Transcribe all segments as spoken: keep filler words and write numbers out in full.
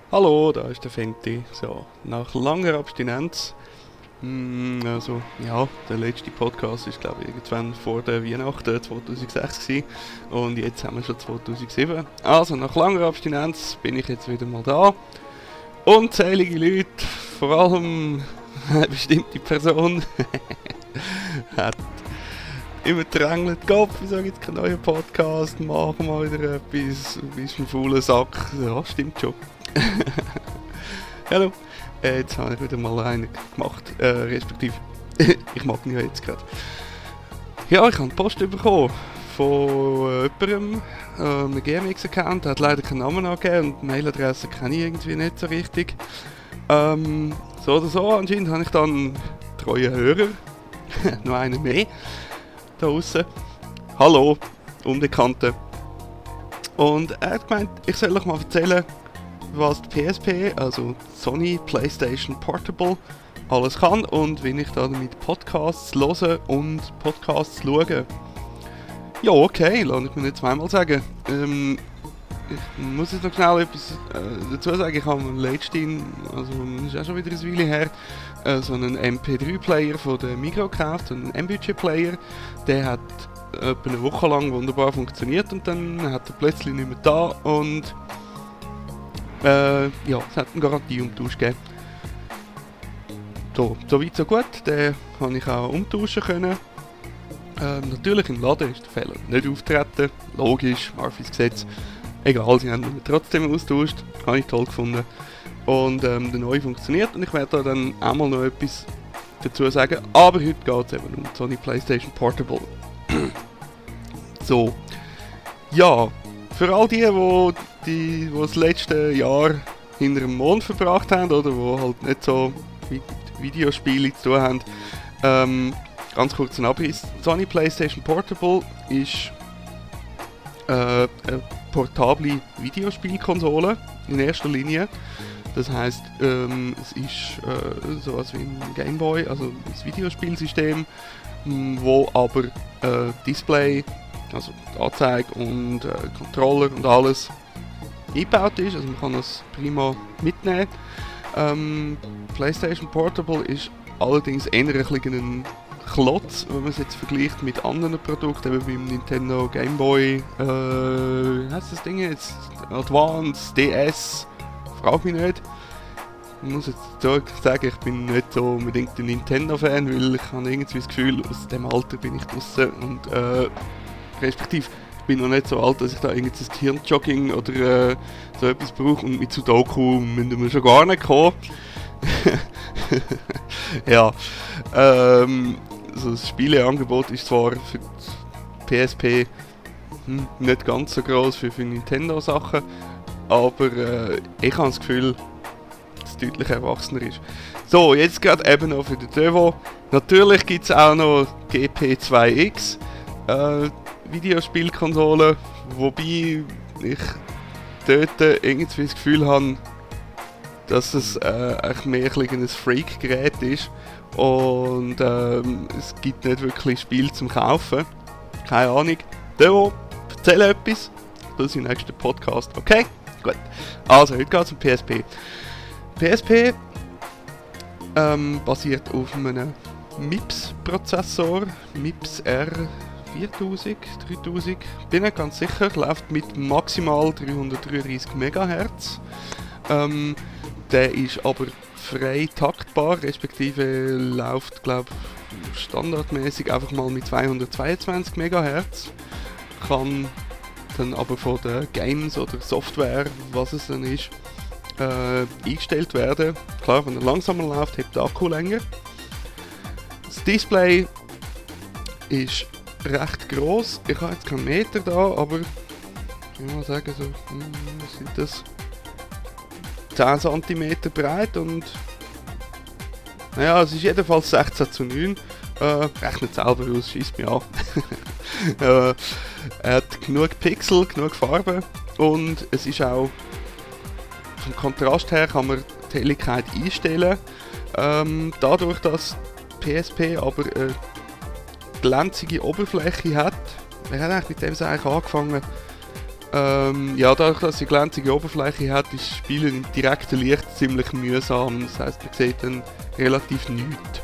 Hallo, da ist der Fenti. So, nach langer Abstinenz, mm, also ja, der letzte Podcast ist glaube ich irgendwann vor der Weihnachten zweitausendsechs gewesen, und jetzt haben wir schon zweitausendsieben. Also nach langer Abstinenz bin ich jetzt wieder mal da. Unzählige Leute, vor allem eine bestimmte Person, hat immer drängelt, Gott, wieso gibt es keinen neuen Podcast, machen wir wieder etwas, ein bisschen fauler Sack. Ja, stimmt schon. Hallo, äh, jetzt habe ich wieder mal einen gemacht, äh, respektive, ich mag ihn ja jetzt gerade. Ja, ich habe Post bekommen von äh, jemandem, äh, einem G M X-Account, der hat leider keinen Namen angegeben und die Mailadresse kenne ich irgendwie nicht so richtig. Ähm, so oder so, anscheinend habe ich dann treue Hörer, noch einen mehr, da draussen. Hallo, Unbekannte. Und er hat gemeint, ich soll euch mal erzählen, was die P S P, also Sony PlayStation Portable, alles kann und wie ich da damit Podcasts höre und Podcasts schaue. Ja, okay, lass ich mir nicht zweimal sagen. Ähm, ich muss jetzt noch schnell etwas äh, dazu sagen. Ich habe letztens, also das ist auch schon wieder eine Weile her, äh, so einen M P drei Player von der Migro gekauft, einen M-Budget Player. Der hat etwa eine Woche lang wunderbar funktioniert und dann hat er plötzlich nicht mehr da und Äh, ja, es hat einen Garantieumtausch gegeben. So, so weit so gut, den habe ich auch umtauschen können. Ähm, natürlich im Laden ist der Fehler nicht auftreten, logisch, Murphys Gesetz. Egal, sie haben ihn trotzdem austauscht, habe ich toll gefunden. Und ähm, der neue funktioniert und ich werde da dann auch mal noch etwas dazu sagen. Aber heute geht es eben um die Sony PlayStation Portable. So, ja, für all die, die die, die das letzte Jahr hinter dem Mond verbracht haben oder die halt nicht so mit Videospielen zu tun haben, ähm, ganz kurz ein Abriss. Sony PlayStation Portable ist äh, eine portable Videospielkonsole in erster Linie. Das heisst, ähm, es ist äh, sowas wie ein Gameboy, also ein Videospielsystem, wo aber äh, Display, also Anzeige und äh, Controller und alles eingebaut ist, also man kann das prima mitnehmen. Ähm, PlayStation Portable ist allerdings eher ein bisschen ein Klotz, wenn man es jetzt vergleicht mit anderen Produkten, eben beim Nintendo Game Boy, äh, wie heisst das Ding jetzt? Advance, D S, frag mich nicht. Ich muss jetzt sagen, ich bin nicht so unbedingt ein Nintendo-Fan, weil ich habe irgendwie das Gefühl, aus dem Alter bin ich draussen und äh, respektive ich bin noch nicht so alt, dass ich da irgendwie das Hirnjogging oder äh, so etwas brauche und mit Sudoku müssen wir schon gar nicht kommen. Ja, ähm, also das Spieleangebot ist zwar für die P S P hm, nicht ganz so groß wie für Nintendo-Sachen, aber äh, ich habe das Gefühl, dass es deutlich erwachsener ist. So, jetzt gerade eben noch für den Devo. Natürlich gibt es auch noch G P zwei X. Äh, Videospielkonsole, wobei ich dort irgendwie das Gefühl habe, dass es äh, eigentlich mehr ein Freak-Gerät ist und ähm, es gibt nicht wirklich Spiel zum Kaufen. Keine Ahnung. Dero, erzähl etwas. Das ist im nächsten Podcast. Okay? Gut. Also, heute geht es um P S P. P S P ähm, basiert auf einem MIPS-Prozessor, MIPS R viertausend, dreitausend, bin nicht ganz sicher, läuft mit maximal dreihundertdreiunddreißig Megahertz. Ähm, der ist aber frei taktbar, respektive läuft, glaube ich, standardmäßig einfach mal mit zweihundertzweiundzwanzig Megahertz. Kann dann aber von den Games oder Software, was es dann ist, äh, eingestellt werden. Klar, wenn er langsamer läuft, hebt der Akku länger. Das Display ist recht gross. Ich habe jetzt keinen Meter da, aber ich will mal sagen, so, hm, sind das zehn Zentimeter breit und naja, es ist jedenfalls sechzehn zu neun. Äh, rechnet selber aus, schießt mich an. äh, er hat genug Pixel, genug Farbe und es ist auch vom Kontrast her kann man die Helligkeit einstellen. Ähm, dadurch, dass P S P aber eine glänzige Oberfläche hat, wer hat eigentlich mit dem eigentlich angefangen? Ähm, ja, dadurch, dass sie glänzige Oberfläche hat, ist das Spielen im direkten Licht ziemlich mühsam. Das heisst, man sieht dann relativ nichts.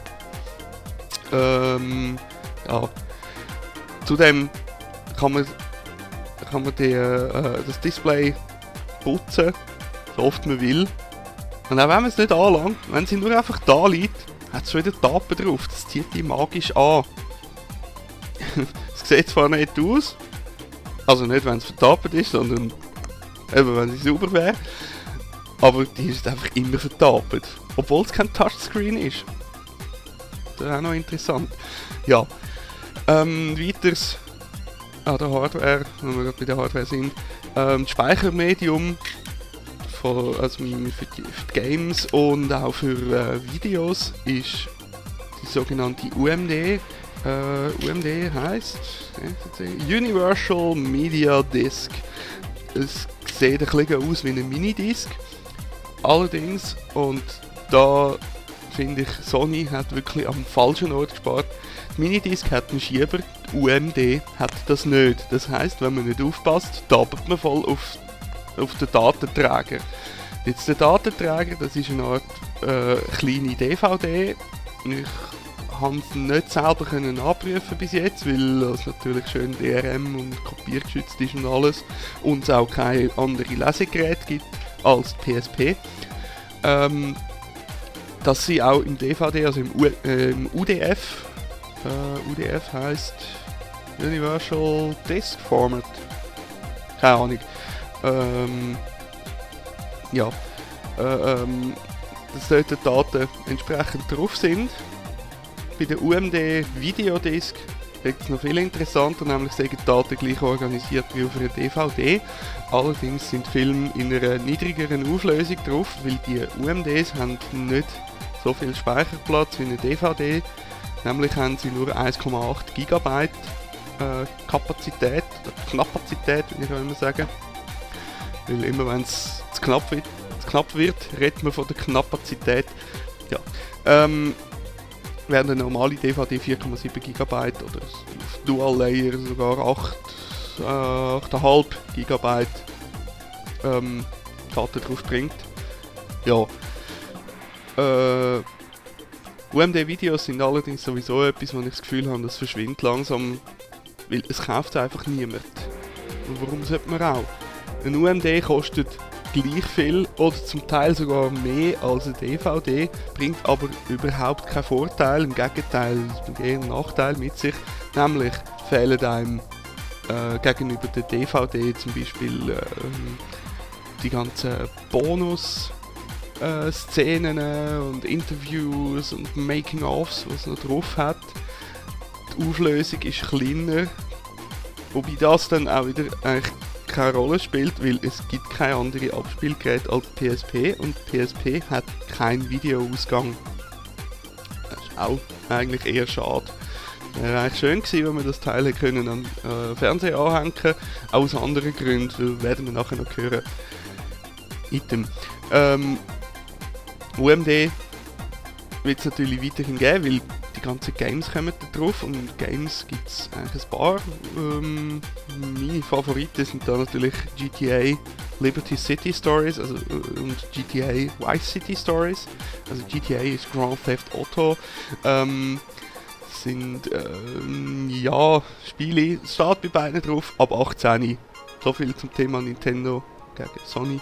Ähm, ja. Zudem kann man, kann man die, äh, das Display putzen, so oft man will. Und auch wenn man es nicht anlangt, wenn sie nur einfach da liegt, hat es schon wieder Tapen drauf. Das zieht die magisch an. Es sieht zwar nicht aus, also nicht wenn es vertapet ist, sondern eben wenn sie sauber wäre, aber die ist einfach immer vertapet. Obwohl es kein Touchscreen ist. Das ist auch noch interessant. Ja. Ähm, weiters an der Hardware, wenn wir gerade bei der Hardware sind, ähm, das Speichermedium von, also für, die, für die Games und auch für äh, Videos ist die sogenannte U M D. Uh, U M D heisst Universal Media Disc. Es sieht ein bisschen aus wie eine Minidisc. Allerdings, und da finde ich, Sony hat wirklich am falschen Ort gespart. Die Minidisc hat einen Schieber, die U M D hat das nicht. Das heisst, wenn man nicht aufpasst, tappert man voll auf, auf den Datenträger. Jetzt der Datenträger, das ist eine Art äh, kleine D V D. Ich haben es nicht selber können abprüfen bis jetzt, weil es natürlich schön D R M und kopiergeschützt ist und alles und es auch keine anderen Lesegeräte gibt als P S P. Ähm, dass sie auch im D V D, also im, U äh, im U D F, äh, U D F heisst Universal Disc Format, keine Ahnung, ähm, ja, äh, ähm, dass dort die Daten entsprechend drauf sind. Bei der U M D Videodisc ist es noch viel interessanter, nämlich sind die Daten gleich organisiert wie auf einer D V D. Allerdings sind Filme in einer niedrigeren Auflösung drauf, weil die U M Ds haben nicht so viel Speicherplatz wie eine D V D. Nämlich haben sie nur eins Komma acht Gigabyte äh, Kapazität, oder Knapazität, wie ich auch immer sagen. Weil immer wenn es zu knapp wird, zu knapp wird, redet man von der Knapazität. Ja. Ähm, während eine normale D V D vier Komma sieben Gigabyte oder auf Dual Layer sogar acht Komma fünf Gigabyte ähm, Daten drauf bringt. Ja. Äh, U M D-Videos sind allerdings sowieso etwas, wo ich das Gefühl habe, das verschwindet langsam, weil es kauft einfach niemand. Und warum sollte man auch? Ein U M D kostet gleich viel oder zum Teil sogar mehr als eine D V D, bringt aber überhaupt keinen Vorteil, im Gegenteil, es bringt eher einen Nachteil mit sich, nämlich fehlen einem äh, gegenüber der D V D zum Beispiel äh, die ganzen Bonus äh, Szenen und Interviews und Making-ofs, was es noch drauf hat. Die Auflösung ist kleiner, wobei das dann auch wieder eigentlich keine Rolle spielt, weil es gibt keine andere Abspielgerät als P S P und P S P hat keinen Videoausgang. Das ist auch eigentlich eher schade. Wäre eigentlich schön gewesen, wenn wir das Teil können am äh, Fernseher anhängen können, auch aus anderen Gründen, werden wir nachher noch hören. Item. Ähm, U M D wird es natürlich weiterhin geben, weil die ganzen Games kommen da drauf und Games gibt es eigentlich ein paar. Ähm, meine Favoriten sind da natürlich G T A Liberty City Stories also, und G T A Vice City Stories. Also G T A ist Grand Theft Auto. Ähm, sind ähm, ja Spiele, es steht bei beiden drauf, ab achtzehn. So viel zum Thema Nintendo gegen Sony.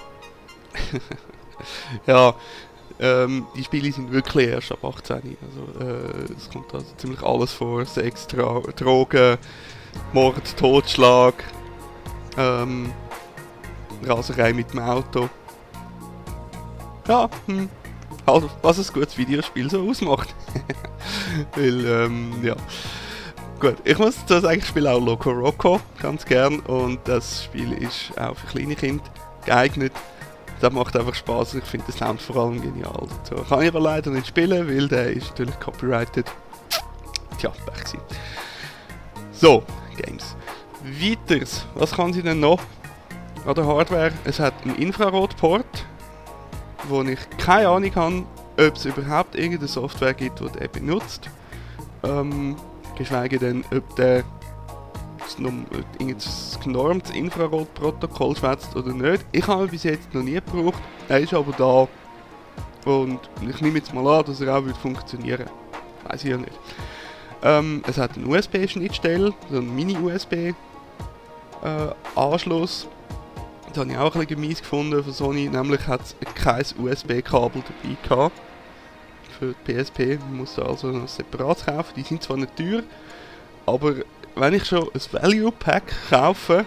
Ja, ähm, die Spiele sind wirklich erst ab achtzehn. Also äh, es kommt also ziemlich alles vor. Sex, Tra- Drogen, Mord, Totschlag, ähm, Raserei mit dem Auto. Ja, hm. Also, was ein gutes Videospiel so ausmacht. Weil, ähm, ja. Gut, ich muss dazu sagen, ich spiele auch Loco Roco ganz gern und das Spiel ist auch für kleine Kinder geeignet. Das macht einfach Spaß und ich finde den Sound vor allem genial. So, kann ich aber leider nicht spielen, weil der ist natürlich copyrighted. Tja, Pech gewesen. So, Games. Weiters, was kann sie denn noch? An der Hardware, es hat einen Infrarotport, wo ich keine Ahnung habe, ob es überhaupt irgendeine Software gibt, die der benutzt. Ähm, geschweige denn, ob der es noch irgendein genormtes Infrarotprotokoll schwätzt oder nicht. Ich habe ihn bis jetzt noch nie gebraucht, er ist aber da. Und ich nehme jetzt mal an, dass er auch wird funktionieren. Weiß ich ja nicht. Ähm, es hat eine U S B-Schnittstelle, so einen Mini-U S B-Anschluss. Äh, das habe ich auch ein bisschen gemein gefunden von Sony, nämlich hat es kein U S B-Kabel dabei gehabt. Für die P S P, man muss da also noch separat kaufen. Die sind zwar nicht teuer, aber wenn ich schon ein Value Pack kaufe,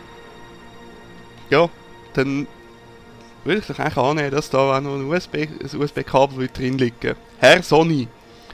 ja, dann würde ich doch eigentlich annehmen, dass da auch noch ein U S B, ein U S B-Kabel drin liegen. Herr Sony!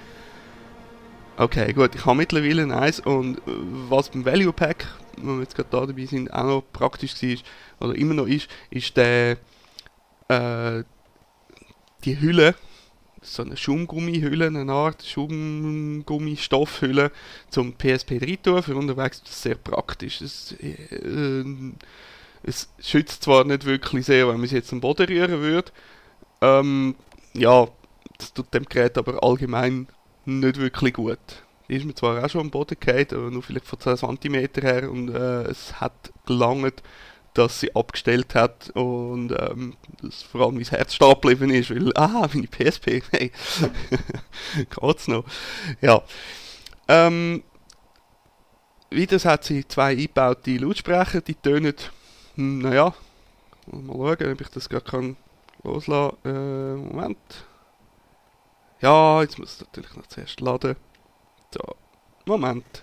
Okay, gut, ich habe mittlerweile eins und was beim Value Pack, wenn wir jetzt gerade da dabei sind, auch noch praktisch war, oder immer noch ist, ist der, äh, die Hülle, so eine Schaumgummihülle, eine Art Schaumgummistoffhülle zum P S P rein tun. Für unterwegs ist das sehr praktisch. Es, äh, es schützt zwar nicht wirklich sehr, wenn man es jetzt am Boden rühren würde. Ähm, ja, das tut dem Gerät aber allgemein nicht wirklich gut. Die ist mir zwar auch schon am Boden gefallen, aber nur vielleicht von zehn Zentimeter her und äh, es hat gelangt, dass sie abgestellt hat und ähm, dass vor allem mein Herz stehen geblieben ist, weil, ah, meine P S P, hey, geht's noch. Ja. Ähm, weiters hat sie zwei eingebaute Lautsprecher, die tönen, hm, naja, mal schauen, ob ich das gerade kann loslassen kann. Äh, Moment. Ja, jetzt muss es natürlich noch zuerst laden. So, Moment.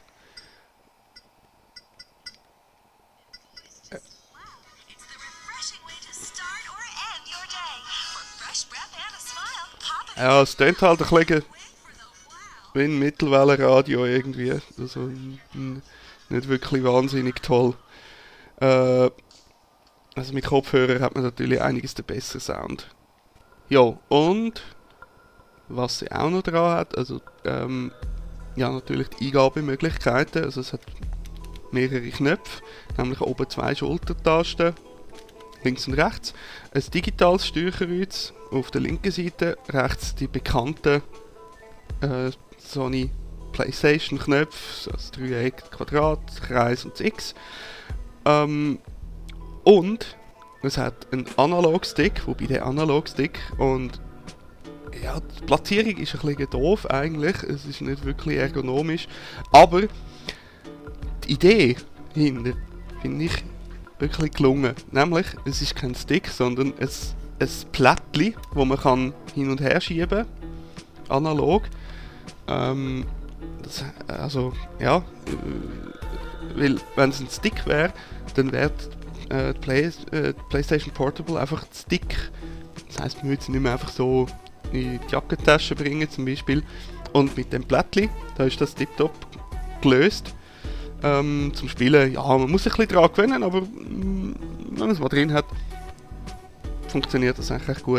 Ja, es tönt halt ein bisschen wie ein Mittelwellenradio irgendwie. Also n- nicht wirklich wahnsinnig toll. Äh, also mit Kopfhörer hat man natürlich einiges den besseren Sound. Ja, und was sie auch noch dran hat, also ähm, ja natürlich die Eingabemöglichkeiten. Also es hat mehrere Knöpfe, nämlich oben zwei Schultertasten, links und rechts. Ein digitales Steuerkreuz auf der linken Seite, rechts die bekannten äh, Sony PlayStation Knöpfe, also das Dreieck, Quadrat, Kreis und das X. Ähm, und es hat einen Analog-Stick, wobei der Analog-Stick und ja, die Platzierung ist ein bisschen doof eigentlich, es ist nicht wirklich ergonomisch, aber die Idee hinter finde ich wirklich gelungen. Nämlich, es ist kein Stick, sondern ein, ein Plättchen, wo man kann hin und her schieben, analog. Ähm, das, also, ja, äh, weil wenn es ein Stick wäre, dann wäre äh, die, Play, äh, die PlayStation Portable einfach die Stick. Das heisst, man würde sie nicht mehr einfach so in die Jackentasche bringen zum Beispiel. Und mit dem Plättchen, da ist das tiptop gelöst. Ähm, zum Spielen, ja, man muss sich ein bisschen daran gewöhnen, aber mh, wenn man es mal drin hat, funktioniert das eigentlich echt gut.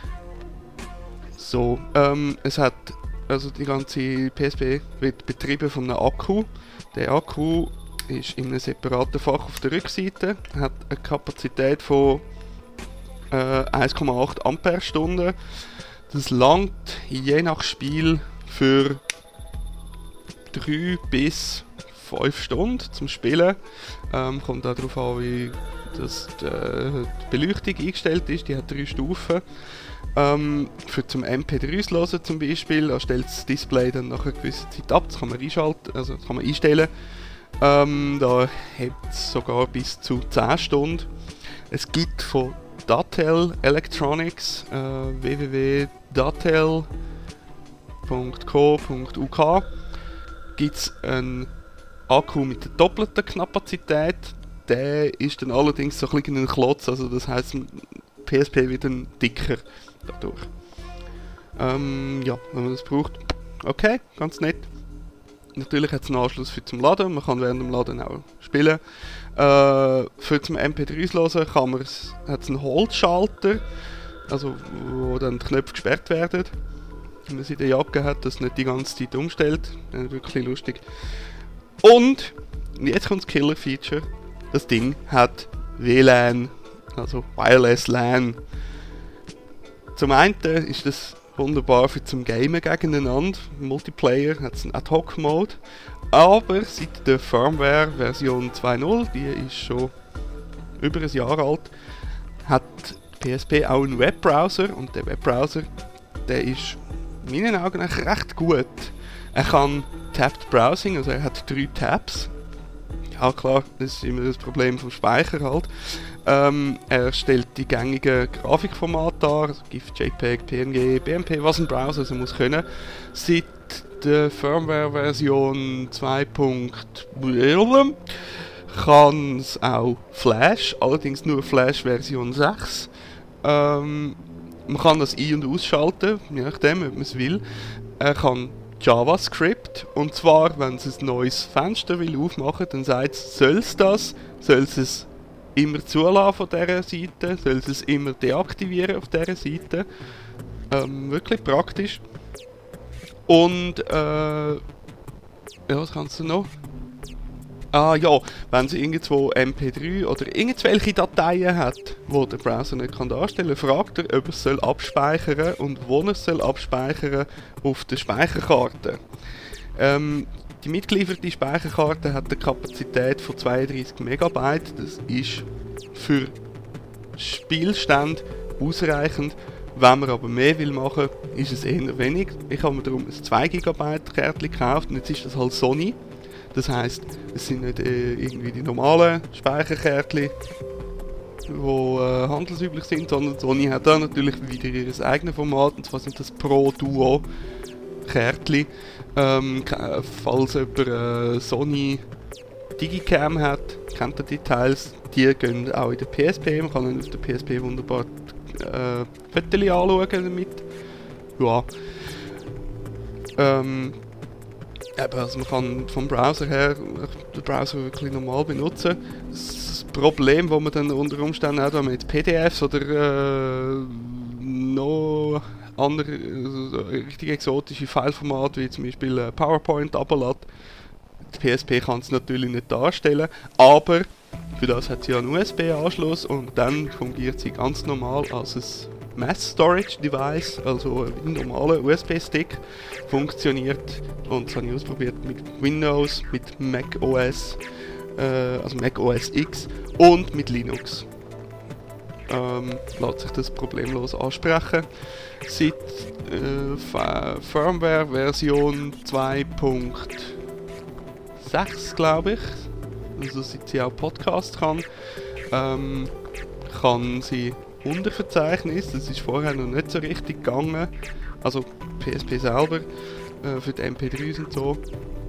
So, ähm, es hat, also die ganze P S P wird betrieben von einem Akku. Der Akku ist in einem separaten Fach auf der Rückseite, hat eine Kapazität von äh, eins Komma acht Ampere-Stunden. Das langt je nach Spiel für drei bis fünf Stunden zum Spielen. Ähm, kommt auch darauf an, wie das, die, die Beleuchtung eingestellt ist. Die hat drei Stufen. Ähm, für zum M P drei hören zum Beispiel, da stellt das Display dann nach einer gewissen Zeit ab. Das kann man einschalten, also das kann man einstellen. Ähm, da hebt es sogar bis zu zehn Stunden. Es gibt von Datel Electronics, äh, w w w punkt datel punkt co punkt u k, gibt es einen Akku mit der doppelten Kapazität. Der ist dann allerdings so ein bisschen ein Klotz, also das heisst, P S P wird dann dicker dadurch. Ähm, ja, wenn man das braucht, okay, ganz nett. Natürlich hat es einen Anschluss für zum Laden, man kann während dem Laden auch spielen. Äh, für zum M P drei hören kann man es, hat es einen Holzschalter, also wo dann die Knöpfe gesperrt werden. Wenn man sie in der Jacke hat, das nicht die ganze Zeit umstellt, das ist wirklich lustig. Und jetzt kommt das Killer-Feature, das Ding hat W L A N, also Wireless LAN. Zum einen ist das wunderbar für zum Gamen gegeneinander. Multiplayer hat es einen Ad-Hoc-Mode. Aber seit der Firmware-Version zwei Punkt null, die ist schon über ein Jahr alt, hat P S P auch einen Webbrowser. Und der Webbrowser, der ist in meinen Augen eigentlich recht gut. Er kann Tabbed Browsing, also er hat drei Tabs. Ja klar, das ist immer das Problem vom Speicher halt. Ähm, er stellt die gängigen Grafikformate dar, also GIF, JPEG, P N G, B M P, was ein Browser also muss können. Seit der Firmware-Version zwei Punkt null kann es auch Flash, allerdings nur Flash Version sechs. Ähm, man kann das ein- und ausschalten, je nachdem, ob man es will. Er kann JavaScript, und zwar, wenn es ein neues Fenster will aufmachen, dann sagt es, soll es das, soll es es immer zulassen von dieser Seite, soll es es immer deaktivieren auf dieser Seite. Ähm, wirklich praktisch. Und, äh, ja, was kannst du noch? Ah ja, wenn sie irgendwo M P drei oder irgendwelche Dateien hat, die der Browser nicht kann darstellen kann, fragt er, ob er es soll abspeichern und wo er es soll abspeichern auf der Speicherkarte. Ähm, die mitgelieferte Speicherkarte hat eine Kapazität von zweiunddreißig Megabyte. Das ist für Spielstände ausreichend. Wenn man aber mehr will machen, ist es eher wenig. Ich habe mir darum ein zwei Gigabyte Kärtchen gekauft und jetzt ist das halt Sony. Das heisst, es sind nicht äh, irgendwie die normalen Speicherkärtchen, die äh, handelsüblich sind, sondern Sony hat da natürlich wieder ihr eigenes Format, und zwar sind das Pro Duo Kärtchen. Ähm, falls jemand äh, Sony Digicam hat, kennt ihr die Details, die gehen auch in der P S P, man kann dann auf der P S P wunderbar äh, Fotos anschauen damit. Ja. Ähm, Eben, also man kann vom Browser her den Browser wirklich normal benutzen. Das Problem, das man dann unter Umständen hat, wenn man jetzt P D Fs oder äh, noch andere also richtig exotische Fileformate wie zum Beispiel äh, PowerPoint ablädt, die P S P kann es natürlich nicht darstellen, aber für das hat sie ja einen U S B-Anschluss und dann fungiert sie ganz normal als ein Mass Storage Device, also ein normaler U S B-Stick, funktioniert, und das habe ich ausprobiert mit Windows, mit Mac O S, äh, also Mac O S X und mit Linux. Ähm, lässt sich das problemlos ansprechen. Seit äh, Firmware Version zwei Punkt sechs, glaube ich, also seit sie auch Podcast kann, ähm, kann sie Unterverzeichnis, das ist vorher noch nicht so richtig gegangen, also P S P selber, äh, für die M P drei und so.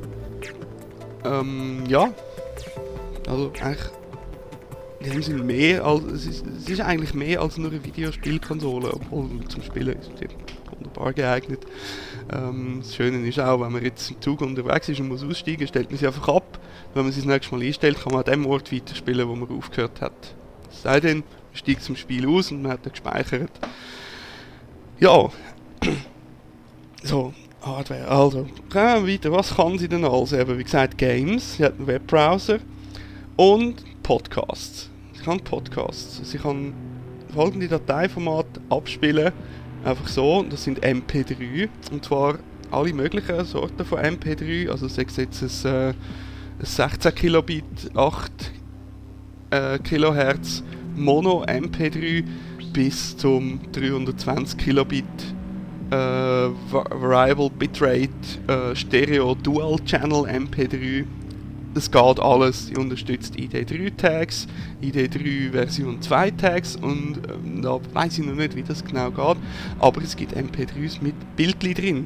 Ähm, ja, also eigentlich, in dem Sinne mehr als, es ist, es ist eigentlich mehr als nur eine Videospielkonsole, obwohl zum Spielen ist sie wunderbar geeignet. Ähm, das Schöne ist auch, wenn man jetzt im Zug unterwegs ist und muss aussteigen, stellt man sie einfach ab. Wenn man sie das nächste Mal einstellt, kann man an dem Ort weiterspielen, wo man aufgehört hat. Es sei denn, steigt zum Spiel aus und man hat dann gespeichert. Ja, so, Hardware, also, gehen wir weiter. Was kann sie denn alles? Eben, wie gesagt, Games, sie hat einen Webbrowser und Podcasts. Sie kann Podcasts. Sie kann folgende Dateiformate abspielen, einfach so, das sind M P drei, und zwar alle möglichen Sorten von M P drei, also sei es jetzt ein, äh, ein sechzehn Kilobit, acht äh, Kilohertz Mono M P drei bis zum dreihundertzwanzig Kilobit äh, Variable Bitrate äh, Stereo Dual Channel M P drei. Es geht alles, sie unterstützt I D drei Tags, I D drei Version zwei Tags und ähm, da weiss ich noch nicht, wie das genau geht, aber es gibt M P dreis mit Bildchen drin.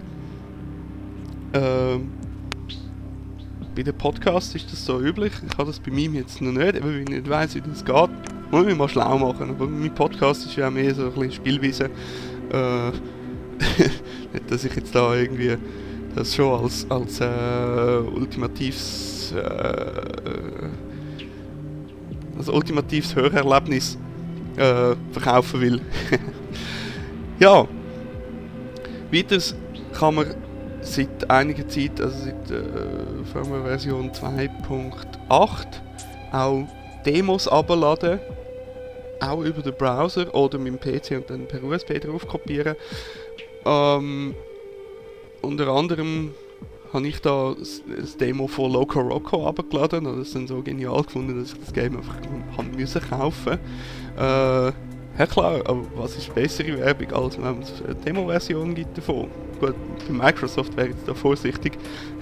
Ähm, bei den Podcasts ist das so üblich, ich habe das bei mir jetzt noch nicht, weil ich nicht weiss, wie das geht. Muss ich mal schlau machen, aber mein Podcast ist ja mehr so ein bisschen Spielwiese. Äh, nicht, dass ich jetzt da irgendwie das schon als, als äh, ultimatives äh, als ultimatives Hörerlebnis äh, verkaufen will. Ja, weiters kann man seit einiger Zeit, also seit äh, Firmware-Version zwei Punkt acht, auch Demos abladen, auch über den Browser oder mit dem P C und dann per U S B drauf kopieren. Ähm, unter anderem habe ich da das Demo von Loco Roco runtergeladen und das dann so genial gefunden, dass ich das Game einfach haben müssen kaufen. Äh, ja klar, aber was ist bessere Werbung, als wenn es eine Demo-Version gibt davon? Gut, bei Microsoft wäre ich da vorsichtig.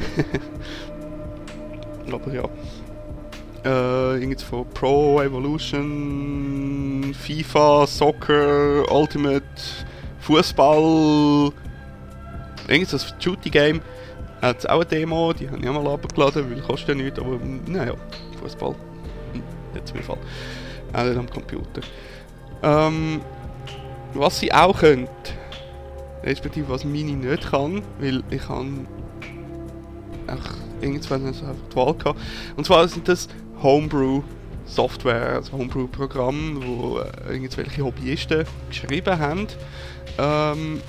Aber ja. Äh, irgendwas von Pro Evolution, FIFA, Soccer, Ultimate, Fußball, irgendwas Shooting-Game. Hat es auch eine Demo, die habe ich auch mal runtergeladen, weil kostet ja nichts, aber naja, Fußball, hm, jetzt mir Fall. Auch nicht am Computer. Ähm, was sie auch könnt, respektive was Mini nicht kann, weil ich kann auch irgendwann einfach die Wahl gehabt. Und zwar sind das Homebrew Software, also Homebrew Programme, wo äh, irgendwelche Hobbyisten geschrieben haben. Ähm,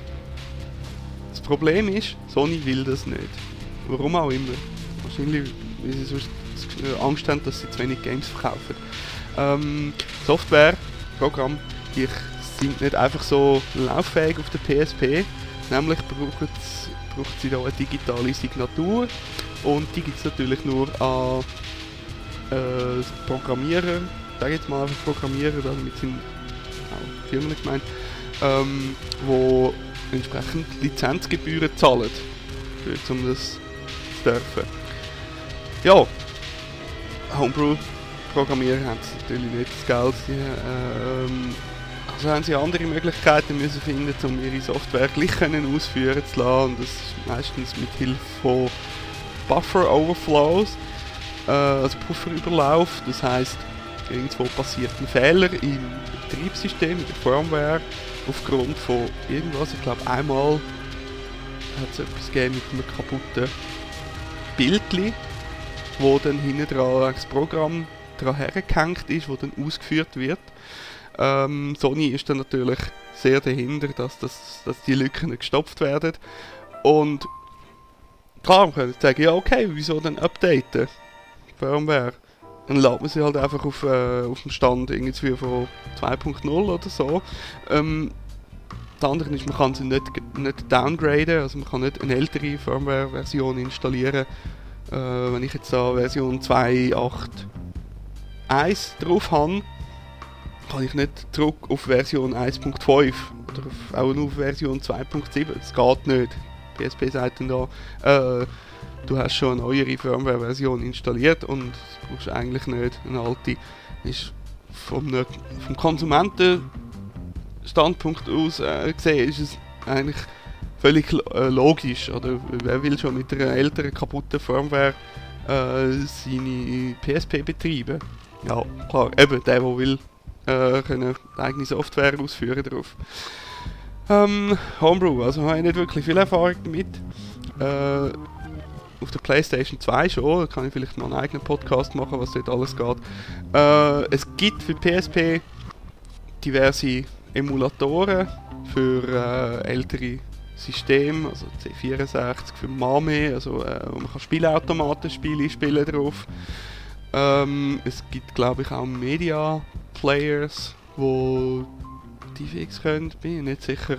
das Problem ist, Sony will das nicht. Warum auch immer. Wahrscheinlich, weil sie sonst Angst haben, dass sie zu wenig Games verkaufen. Ähm, Software, Programme, die sind nicht einfach so lauffähig auf der P S P. Nämlich braucht, braucht sie da eine digitale Signatur. Und die gibt es natürlich nur an äh, Programmierer, sage jetzt mal einfach Programmierer, damit sind auch Firmen gemeint, ähm, wo entsprechend Lizenzgebühren zahlen, für, um das zu dürfen. Ja, Homebrew-Programmierer haben natürlich nicht das Geld, die, ähm, also haben sie andere Möglichkeiten müssen finden, um ihre Software gleich können ausführen zu lassen, und das ist meistens mit Hilfe von Buffer Overflows, äh, also Pufferüberlauf, das heisst, irgendwo passiert ein Fehler im Betriebssystem, in der Firmware, aufgrund von irgendwas. Ich glaube, einmal hat es etwas gegeben mit einem kaputten Bildchen, wo dann hinten dran das Programm dran hergehängt ist, wo dann ausgeführt wird. Ähm, Sony ist dann natürlich sehr dahinter, dass, das, dass die Lücken gestopft werden. Und klar, man könnte sagen, ja okay, wieso dann updaten? Firmware. Dann lädt man sie halt einfach auf, äh, auf dem Stand irgendwie von zwei Punkt null oder so. Ähm, das andere ist, man kann sie nicht, nicht downgraden, also man kann nicht eine ältere Firmware-Version installieren. Äh, wenn ich jetzt da Version zwei Punkt acht Punkt eins drauf habe, kann ich nicht zurück auf Version eins Punkt fünf oder auf, auch nur auf Version zwei Punkt sieben. Das geht nicht. P S P sagt dann da, äh, du hast schon eine neuere Firmware-Version installiert und das brauchst du eigentlich nicht. Eine alte ist vom, vom Konsumentenstandpunkt aus äh, gesehen, ist es eigentlich völlig äh, logisch. Oder wer will schon mit einer älteren, kaputten Firmware äh, seine P S P betreiben? Ja, klar, eben der, der will äh, können eigene Software ausführen drauf. Ähm, Homebrew, also habe ich nicht wirklich viel Erfahrung damit. Äh, auf der PlayStation zwei schon, da kann ich vielleicht mal einen eigenen Podcast machen, was dort alles geht. Äh, es gibt für P S P diverse Emulatoren für äh, ältere Systeme, also C vierundsechzig für Mame, also äh, wo man kann Spielautomaten-Spiele spielen drauf. Ähm, es gibt, glaube ich, auch Media Players, wo die fix können, bin ich nicht sicher.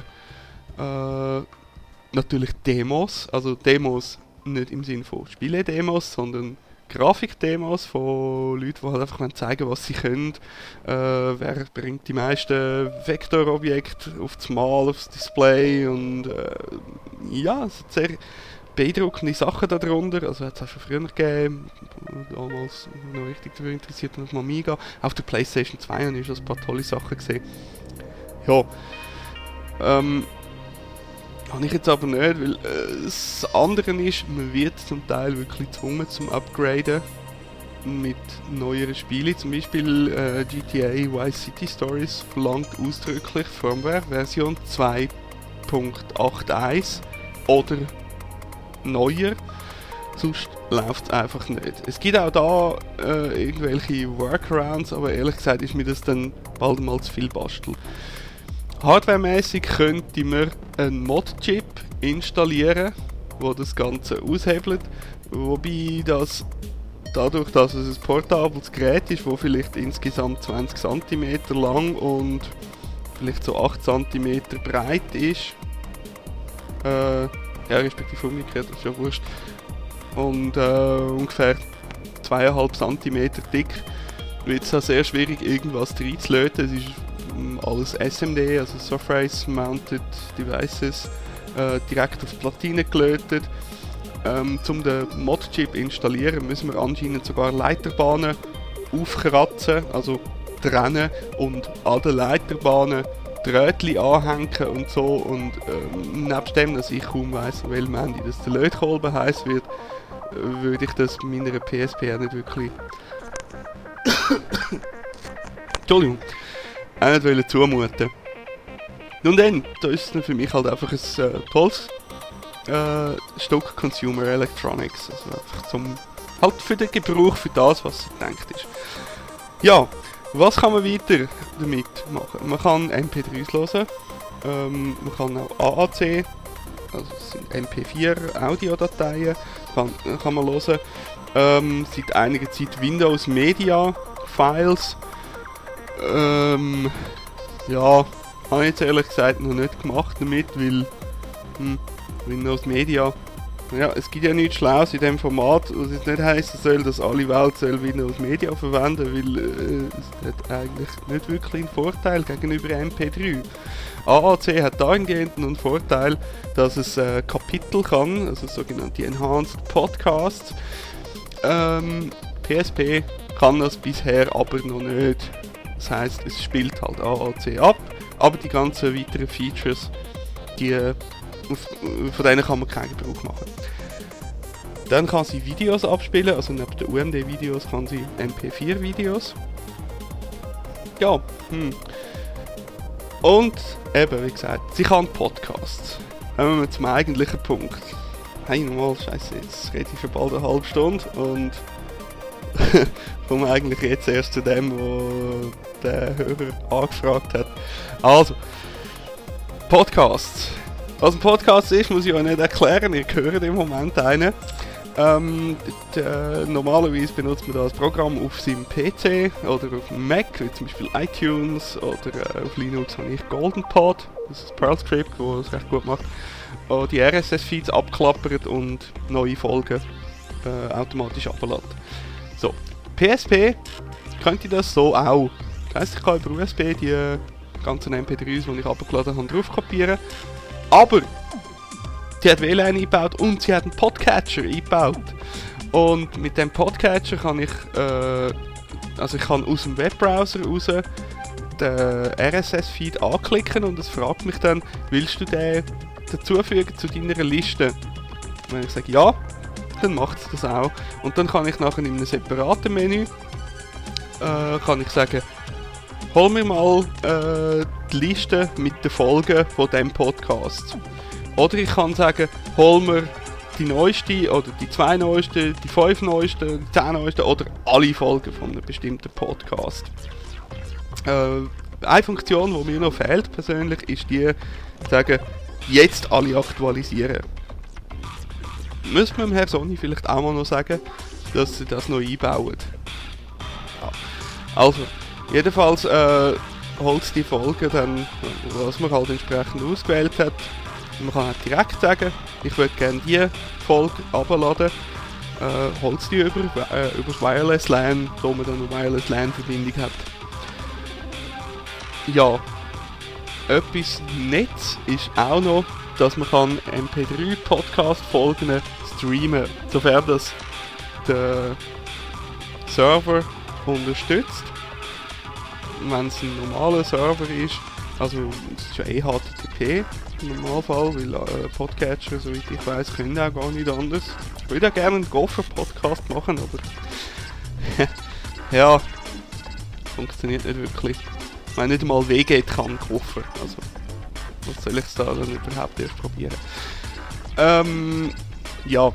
Äh, natürlich Demos, also Demos nicht im Sinne von Spiele-Demos, sondern Grafik-Demos von Leuten, die halt einfach zeigen, was sie können. Äh, wer bringt die meisten Vektorobjekte aufs Mal, aufs Display, und äh, ja, es sind sehr beeindruckende Sachen darunter. Also hat es auch schon früher gegeben, damals noch richtig dafür interessiert, auf dem Amiga. Auf der PlayStation zwei habe ich schon ein paar tolle Sachen gesehen. Ja, ähm, habe ich jetzt aber nicht, weil äh, das andere ist, man wird zum Teil wirklich gezwungen zum Upgraden mit neueren Spielen. Zum Beispiel äh, G T A Vice City Stories verlangt ausdrücklich Firmware Version zwei Punkt acht Punkt eins oder neuer, sonst läuft es einfach nicht. Es gibt auch da äh, irgendwelche Workarounds, aber ehrlich gesagt ist mir das dann bald mal zu viel Bastel. Hardwaremäßig könnte man einen Mod-Chip installieren, der das Ganze aushebelt, wobei das dadurch, dass es ein portables Gerät ist, das vielleicht insgesamt zwanzig Zentimeter lang und vielleicht so acht Zentimeter breit ist, Äh, ja, respektive umgekehrt, das ist ja wurscht. Und äh, ungefähr zweieinhalb Zentimeter dick. Wird es auch sehr schwierig, irgendwas reinzulöten. Es ist ähm, alles S M D, also Surface Mounted Devices, äh, direkt auf die Platine gelötet. Ähm, um den Mod-Chip installieren, müssen wir anscheinend sogar Leiterbahnen aufkratzen, also trennen und an den Leiterbahnen Drähtchen anhängen und so. Und ähm, nebst dem, dass ich kaum weiss, an welchem Ende das der Lötkolben heiß wird, äh, würde ich das meiner P S P auch nicht wirklich Entschuldigung, auch nicht wollen zumuten. Nun dann, da ist es für mich halt einfach ein äh, tolles äh, Stück Consumer Electronics, also einfach zum, halt für den Gebrauch, für das, was gedacht ist. Ja, was kann man weiter damit machen? Man kann M P drei hören, ähm, man kann auch A A C, also das sind M P vier Audiodateien, kann, kann man hören. Ähm, seit einiger Zeit Windows Media Files. Ähm, ja, habe ich jetzt ehrlich gesagt noch nicht gemacht damit, weil hm, Windows Media, ja, es gibt ja nichts Schlaues in dem Format, was jetzt nicht heissen soll, dass alle Welt soll Windows Media verwenden, weil äh, es hat eigentlich nicht wirklich einen Vorteil gegenüber M P drei. A A C hat dahingehend einen Vorteil, dass es äh, Kapitel kann, also sogenannte Enhanced Podcasts. Ähm, P S P kann das bisher aber noch nicht. Das heisst, es spielt halt A A C ab, aber die ganzen weiteren Features, die, auf, von denen kann man keinen Gebrauch machen. Dann kann sie Videos abspielen, also neben den U M D-Videos kann sie M P vier Videos. Ja, hm. Und eben, wie gesagt, sie kann Podcasts. Kommen wir zum eigentlichen Punkt. Hey, nochmal, scheiße, jetzt rede ich für bald eine halbe Stunde und komme eigentlich jetzt erst zu dem, wo der Hörer angefragt hat. Also, Podcasts. Was ein Podcast ist, muss ich euch nicht erklären, ihr hört im Moment einen. Ähm, d- äh, normalerweise benutzt man das Programm auf seinem P C oder auf dem Mac, wie zum Beispiel iTunes, oder äh, auf Linux habe ich GoldenPod, das ist ein Perl-Script, das recht gut macht, äh, die R S S-Feeds abklappert und neue Folgen äh, automatisch abladen. So, P S P könnte das so auch. Das heisst, ich kann über U S B die äh, ganzen M P drei s, die ich abgeladen habe, drauf kopieren, aber sie hat W L A N eingebaut und sie hat einen Podcatcher eingebaut. Und mit dem Podcatcher kann ich, äh, also ich kann aus dem Webbrowser raus den R S S-Feed anklicken und es fragt mich dann, willst du den dazufügen zu deiner Liste? Und wenn ich sage ja, dann macht es das auch. Und dann kann ich nachher in einem separaten Menü äh, kann ich sagen, hol mir mal äh, die Liste mit den Folgen von diesem Podcast. Oder ich kann sagen, hol mir die neueste oder die zwei neuesten, die fünf neuesten, die zehn neuesten oder alle Folgen von einem bestimmten Podcast. Äh, eine Funktion, die mir noch fehlt persönlich, ist die, sagen, jetzt alle aktualisieren. Müsste man dem Herrn Sony vielleicht auch mal noch sagen, dass sie das noch einbauen. Ja. Also, jedenfalls äh, holt es die Folgen dann, was man halt entsprechend ausgewählt hat. Man kann auch direkt sagen, ich würde gerne die Folge abladen, äh, holt die über, äh, über das Wireless LAN, wo man dann eine Wireless LAN-Verbindung hat. Ja, etwas Netz ist auch noch, dass man kann M P drei Podcast-Folgen streamen, sofern das der Server unterstützt. Wenn es ein normaler Server ist, also es ist ja eh H T T P im Normalfall, weil äh, Podcatcher, soweit ich weiß, können auch gar nicht anders. Ich würde auch gerne einen Gopher-Podcast machen, aber ja, funktioniert nicht wirklich. Ich meine, nicht einmal W G kann Gopher, also was soll ich da dann überhaupt erst probieren? Ähm, ja.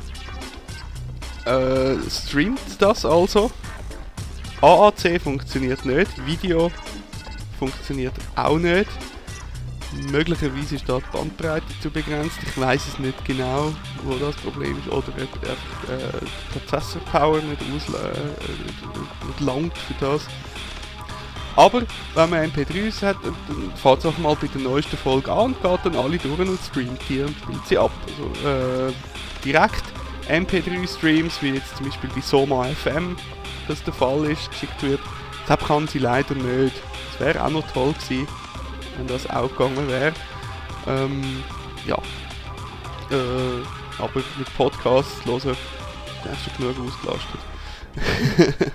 Äh, streamt das also? A A C funktioniert nicht, Video funktioniert auch nicht. Möglicherweise ist da die Bandbreite zu begrenzt, ich weiß es nicht genau, wo das Problem ist, oder ob der äh, Prozessor-Power nicht, ausla- äh, nicht langt für das. Aber wenn man M P drei hat, dann fährt es auch mal bei der neuesten Folge an und geht dann alle durch und streamt die und spielt sie ab. Also äh, direkt M P drei Streams, wie jetzt zum Beispiel bei Soma F M das der Fall ist, geschickt wird. Das kann sie leider nicht. Es wäre auch noch toll gewesen, wenn das auch gegangen wäre. Ähm, ja. Äh, aber mit Podcasts hören, der ist schon genug ausgelastet.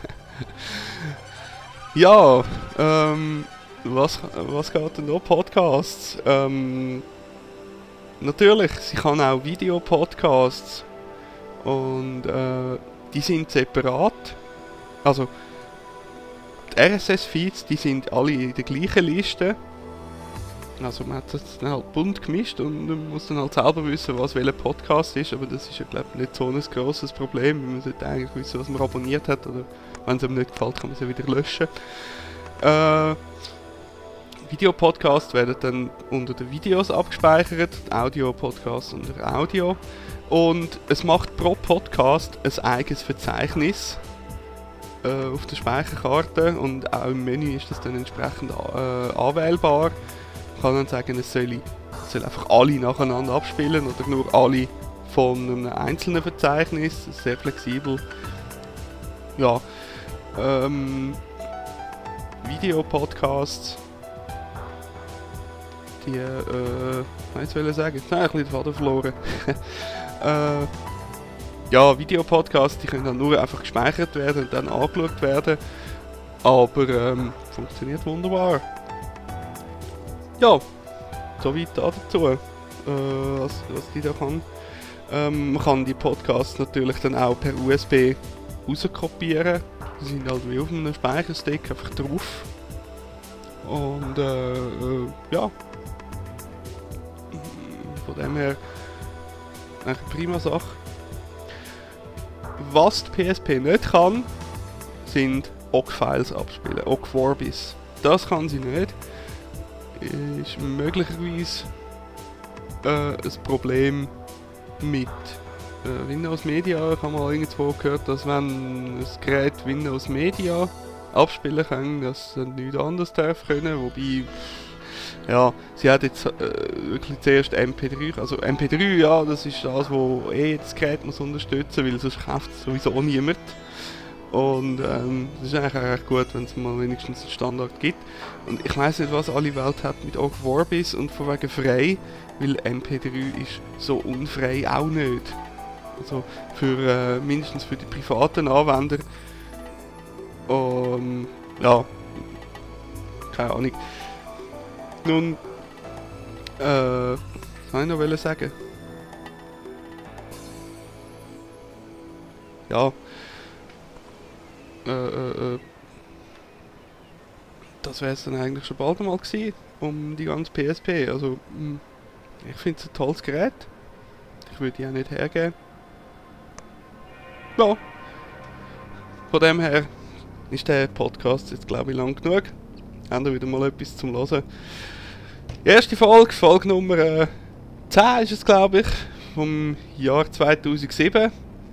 Ja, ähm, was, was geht denn noch? Podcasts? Ähm, natürlich, sie kann auch Videopodcasts und äh, die sind separat. Also, die R S S-Feeds, die sind alle in der gleichen Liste. Also man hat das dann halt bunt gemischt und man muss dann halt selber wissen, was welcher Podcast ist, aber das ist ja glaube ich nicht so ein grosses Problem. Man sollte eigentlich wissen, was man abonniert hat, oder wenn es einem nicht gefällt, kann man sie wieder löschen. Äh, Videopodcasts werden dann unter den Videos abgespeichert, Audio-Podcasts unter Audio, und es macht pro Podcast ein eigenes Verzeichnis äh, auf der Speicherkarte, und auch im Menü ist das dann entsprechend äh, anwählbar. Ich kann dann sagen, es soll, es soll einfach alle nacheinander abspielen oder nur alle von einem einzelnen Verzeichnis. Sehr flexibel. Ja. Ähm, Videopodcasts. Die, äh, was will ich sagen? Nein, ich habe den Faden verloren. äh, ja, Videopodcasts, die können dann nur einfach gespeichert werden und dann angeschaut werden. Aber ähm, funktioniert wunderbar. Ja, soweit dazu, äh, was, was die da kann. Ähm, man kann die Podcasts natürlich dann auch per U S B rauskopieren. Die sind halt wie auf einem Speicherstick einfach drauf. Und äh, äh, ja, von dem her eine prima Sache. Was die P S P nicht kann, sind O G Files abspielen, O G Vorbis. Das kann sie nicht. Ist möglicherweise äh, ein Problem mit äh, Windows Media. Ich habe mal irgendwo gehört, dass wenn das Gerät Windows Media abspielen kann, dass dann nichts anderes darf können. Wobei, ja, sie hat jetzt äh, wirklich zuerst M P drei, also M P drei, ja, das ist das, wo eh das Gerät muss unterstützen, weil sonst kauft es sowieso niemand. Und ähm, das ist eigentlich auch recht gut, wenn es mal wenigstens einen Standard gibt. Und ich weiss nicht, was alle Welt hat mit O G Vorbis und von wegen frei, weil M P drei ist so unfrei auch nicht. Also für äh, mindestens für die privaten Anwender. Und ja, keine Ahnung. Nun, äh, was soll ich noch sagen? Ja. Äh, äh, äh, das wäre es dann eigentlich schon bald einmal gewesen, um die ganze P S P. Also, mh, ich finde es ein tolles Gerät. Ich würde die auch nicht hergeben. Ja. Von dem her ist der Podcast jetzt, glaube ich, lang genug. Haben wir wieder mal etwas zum Hören. Erste Folge, Folge Nummer äh, zehn ist es, glaube ich, vom Jahr zweitausendsieben.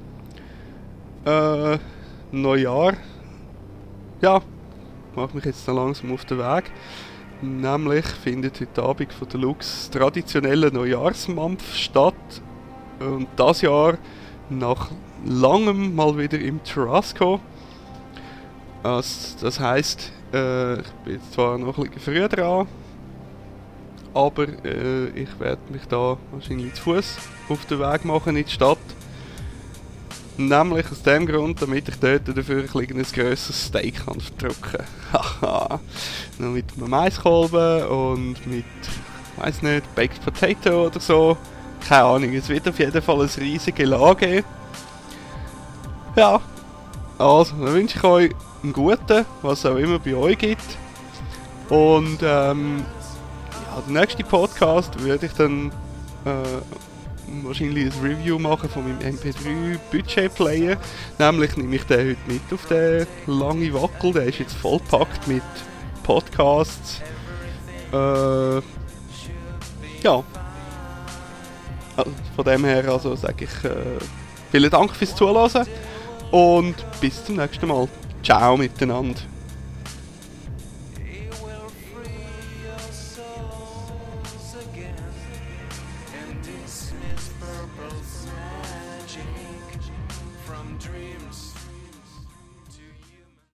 Äh, Neujahr. Ja, mache mich jetzt noch langsam auf den Weg. Nämlich findet heute Abend von der Lux traditionelle Neujahrsmampf statt. Und das Jahr nach langem mal wieder im Trasco. Das, das heisst, äh, ich bin jetzt zwar noch ein bisschen früher dran, aber äh, ich werde mich da wahrscheinlich zu Fuß auf den Weg machen in die Stadt. Nämlich aus dem Grund, damit ich dort dafür ein, ein grösseres Steak kann verdrücken. Haha. Noch mit einem Maiskolben und mit, ich weiss nicht, Baked Potato oder so. Keine Ahnung, es wird auf jeden Fall ein riesiges Gelage geben. Ja, also, dann wünsche ich euch einen guten, was auch immer bei euch gibt. Und ähm, ja, der nächste Podcast würde ich dann äh, wahrscheinlich ein Review machen von meinem M P drei Budget-Player. Nämlich nehme ich den heute mit auf den langen Wackel. Der ist jetzt vollpackt mit Podcasts. Äh, ja. Also von dem her also sage ich äh, vielen Dank fürs Zuhören und bis zum nächsten Mal. Ciao miteinander.